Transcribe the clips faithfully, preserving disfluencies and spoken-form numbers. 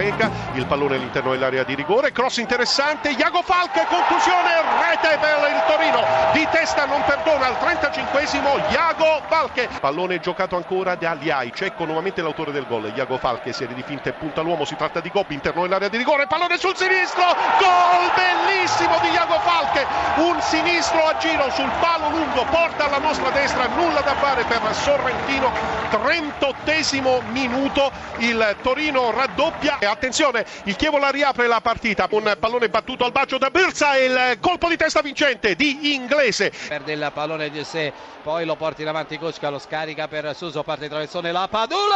Banega, il pallone all'interno dell'area di rigore, cross interessante, Iago Falque, conclusione, rete per il Torino, di testa non perdona al trentacinquesimo Iago Falque, pallone giocato ancora da Liai, Cecco nuovamente l'autore del gol, Iago Falque, serie di finte, punta l'uomo, si tratta di Gobbi, interno dell'area di rigore, pallone sul sinistro, gol bellissimo di Iago Falque, un sinistro a giro sul palo lungo, porta alla nostra destra, nulla da fare per Sorrentino, trentottesimo minuto, il Torino raddoppia e attenzione, il Chievo la riapre la partita, un pallone battuto al bacio da Birsa e il colpo di testa vincente di Inglese. Perde il pallone di sé, poi lo porta in avanti Kucka, lo scarica per Suso, parte di traversone, la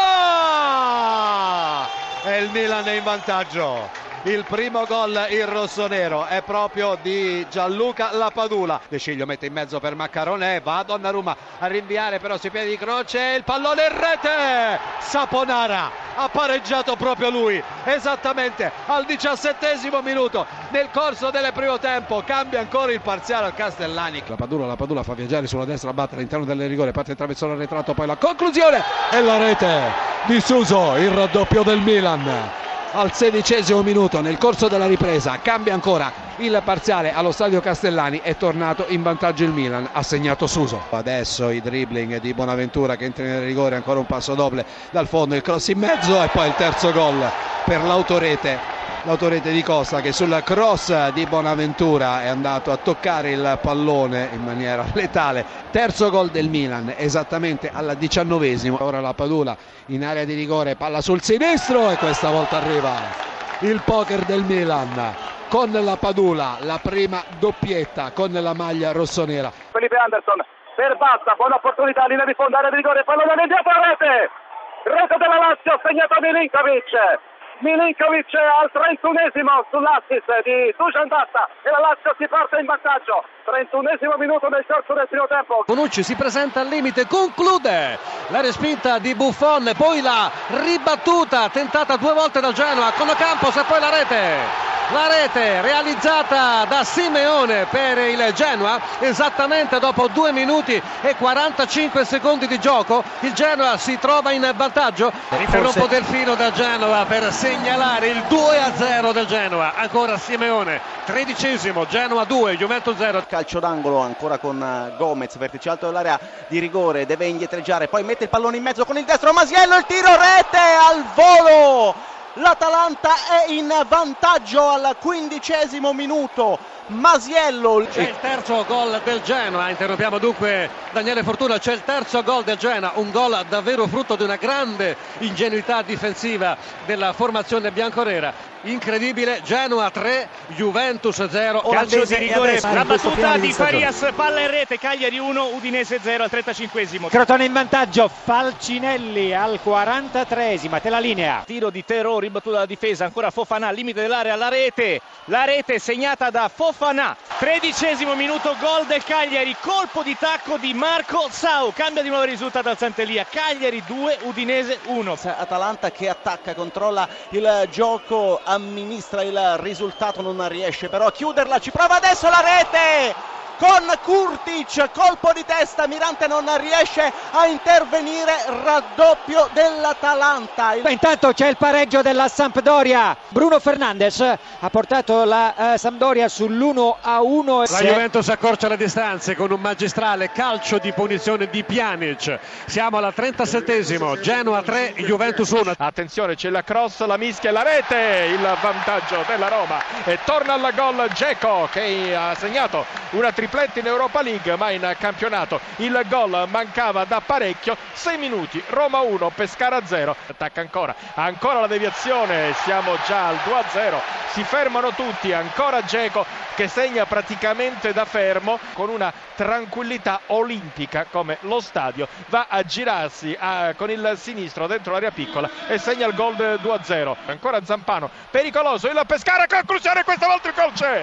Padula e il Milan è in vantaggio. Il primo gol in rossonero è proprio di Gianluca Lapadula. De Sciglio mette in mezzo per Maccaronè, va a Donnarumma a rinviare però sui piedi di Croce, il pallone in rete, Saponara ha pareggiato proprio lui, esattamente al diciassettesimo minuto. Nel corso del primo tempo cambia ancora il parziale al Castellani. Lapadula, Lapadula fa viaggiare sulla destra, batte all'interno del rigore, parte il traversone arretrato, poi la conclusione e la rete di Suso, il raddoppio del Milan. Al sedicesimo minuto, nel corso della ripresa, cambia ancora il parziale allo stadio Castellani, è tornato in vantaggio il Milan, ha segnato Suso. Adesso i dribbling di Bonaventura che entra nel rigore, ancora un passo doble dal fondo, il cross in mezzo e poi il terzo gol per l'autorete. L'autorete di Costa che sul cross di Bonaventura è andato a toccare il pallone in maniera letale. Terzo gol del Milan esattamente al diciannovesimo. Ora la Padula in area di rigore, palla sul sinistro e questa volta arriva il poker del Milan con la Padula, la prima doppietta con la maglia rossonera. Felipe Anderson per Basta, buona opportunità, linea di fondo, area di rigore, pallone nel dietro, rete! Rete della Lazio, segnato Milinkovic. Milinkovic al trentunesimo sull'assist di Dusan Basta e la Lazio si porta in vantaggio. trentunesimo minuto nel corso del primo tempo. Bonucci si presenta al limite, conclude la respinta di Buffon, poi la ribattuta tentata due volte da Genoa con Ocampos e poi la rete. La rete realizzata da Simeone per il Genoa esattamente dopo due minuti e quarantacinque secondi di gioco. Il Genoa si trova in vantaggio. Interrompo Delfino da Genova per segnalare il due a zero del Genoa. Ancora Simeone, tredicesimo, Genoa due, Juventus zero. Calcio d'angolo ancora con Gomez, vertice alto dell'area di rigore, deve indietreggiare, poi mette il pallone in mezzo con il destro, Masiello, il tiro, rete al volo. L'Atalanta è in vantaggio al quindicesimo minuto. Masiello. C'è il terzo gol del Genoa, interrompiamo dunque Daniele Fortuna, c'è il terzo gol del Genoa, un gol davvero frutto di una grande ingenuità difensiva della formazione bianconera. Incredibile, Genoa tre, Juventus zero. Calcio di rigore, la battuta di Farias, palla in rete, Cagliari uno, Udinese zero al trentacinquesimo. Crotone in vantaggio, Falcinelli al quarantatreesimo, te la linea. Tiro di Terò, ribattuta dalla difesa, ancora Fofana, limite dell'area, la rete, la rete segnata da Fofana. Tredicesimo minuto, gol del Cagliari, colpo di tacco di Marco Sau, cambia di nuovo il risultato al Santelia, Cagliari due, Udinese uno. Atalanta che attacca, controlla il gioco, amministra il risultato, non riesce però a chiuderla, ci prova adesso la rete con Kurtic, colpo di testa, Mirante non riesce a intervenire, raddoppio dell'Atalanta. Intanto c'è il pareggio della Sampdoria, Bruno Fernandes ha portato la uh, Sampdoria sull'uno a uno. La Juventus accorcia le distanze con un magistrale calcio di punizione di Pjanic. Siamo alla trentasettesimo, Genoa tre, Juventus uno. Attenzione, c'è la cross, la mischia e la rete, il vantaggio della Roma e torna al gol Dzeko che ha segnato una tripletta in Europa League, ma in campionato il gol mancava da parecchio. Sei minuti, Roma uno, Pescara zero. Attacca ancora, ancora la deviazione, siamo già al due a zero, si fermano tutti, ancora Dzeko che segna praticamente da fermo con una tranquillità olimpica, come lo stadio va a girarsi a, con il sinistro dentro l'area piccola e segna il gol due a zero. Ancora Zampano, pericoloso il Pescara, conclusione, questa volta il gol c'è.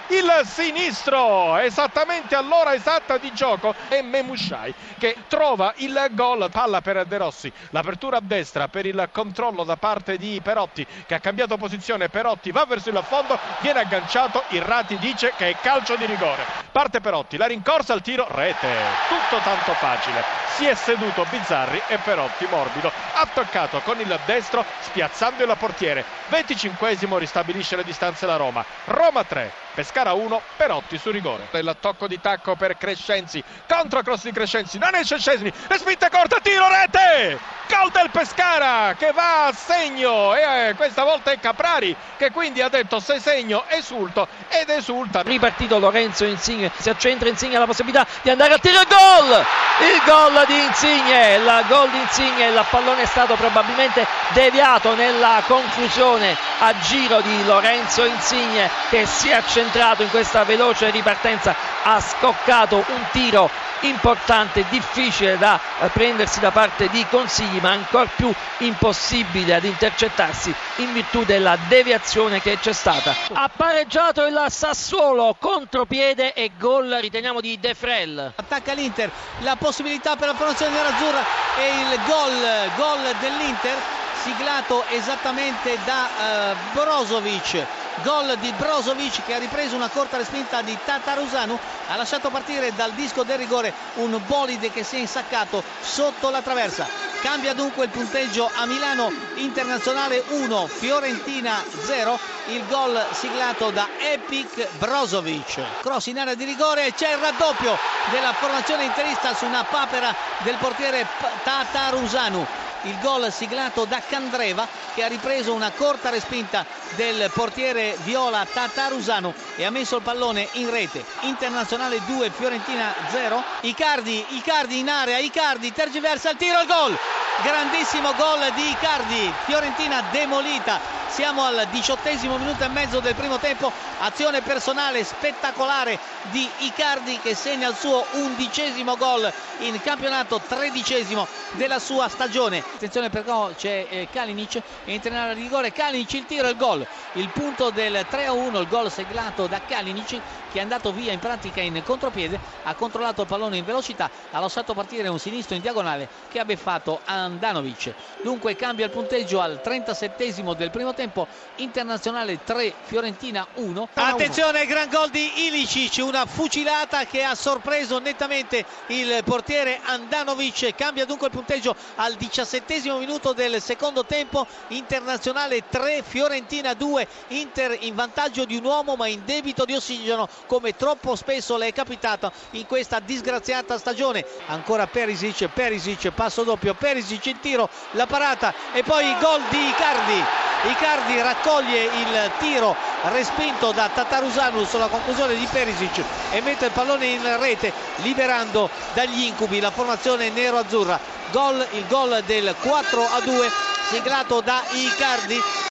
il sinistro, esattamente all'ora esatta di gioco, è Memushai che trova il gol. Palla per De Rossi, l'apertura a destra per il controllo da parte di Perotti che ha cambiato posizione. Perotti va verso il fondo, viene agganciato, Irrati dice che è calcio di rigore. Parte Perotti, la rincorsa al tiro, rete, tutto tanto facile. Si è seduto Bizzarri e Perotti morbido ha toccato con il destro spiazzando il portiere. venticinquesimo ristabilisce le distanze la Roma. Roma tre, Pescara uno, Perotti su rigore. Il tocco di tacco per Crescenzi, contro cross di Crescenzi, non esce Szczesny, respinta corta, tiro, rete! Gol del Pescara che va a segno e eh, questa volta è Caprari che quindi ha detto se segno esulto ed esulta. Ripartito Lorenzo Insigne, si accentra Insigne alla possibilità di andare al tiro, il gol! Il gol di Insigne, il gol di Insigne, il pallone è stato probabilmente deviato nella conclusione a giro di Lorenzo Insigne che si è accentrato in questa veloce ripartenza, ha scoccato un tiro importante, difficile da prendersi da parte di Consigli, ma ancor più impossibile ad intercettarsi in virtù della deviazione che c'è stata. Ha pareggiato il Sassuolo, contropiede e gol, riteniamo, di De Frel. Attacca l'Inter, la possibilità per la formazione nerazzurra e il gol, gol dell'Inter siglato esattamente da uh, Brozovic. Gol di Brozovic che ha ripreso una corta respinta di Tatarusanu, ha lasciato partire dal disco del rigore un bolide che si è insaccato sotto la traversa. Cambia dunque il punteggio a Milano, Internazionale uno, Fiorentina zero, il gol siglato da Epic Brozovic. Cross in area di rigore, c'è il raddoppio della formazione interista su una papera del portiere Tatarusanu. Il gol siglato da Candreva che ha ripreso una corta respinta del portiere viola Tatarusanu e ha messo il pallone in rete. Internazionale due, Fiorentina zero. Icardi, Icardi in area, Icardi tergiversa il tiro, il gol! Grandissimo gol di Icardi, Fiorentina demolita. Siamo al diciottesimo minuto e mezzo del primo tempo, azione personale spettacolare di Icardi che segna il suo undicesimo gol in campionato, tredicesimo della sua stagione. Attenzione però c'è eh, Kalinic e entra in area di rigore, Kalinic, il tiro e il gol. Il punto del tre a uno, il gol siglato da Kalinic che è andato via in pratica in contropiede, ha controllato il pallone in velocità, ha lasciato partire un sinistro in diagonale che ha beffato Andanovic. Dunque cambia il punteggio al trentasettesimo del primo tempo, Internazionale tre, Fiorentina uno. Attenzione, gran gol di Ilicic, una fucilata che ha sorpreso nettamente il portiere Andanovic. Cambia dunque il punteggio al diciassettesimo minuto del secondo tempo, Internazionale tre, Fiorentina due. Inter in vantaggio di un uomo ma in debito di ossigeno, come troppo spesso le è capitato in questa disgraziata stagione. Ancora Perisic, Perisic, passo doppio, Perisic, il tiro, la parata e poi il gol di Icardi. Icardi raccoglie il tiro respinto da Tatarusanu sulla conclusione di Perisic e mette il pallone in rete, liberando dagli incubi la formazione nero-azzurra. Gol, il gol del quattro a due siglato da Icardi.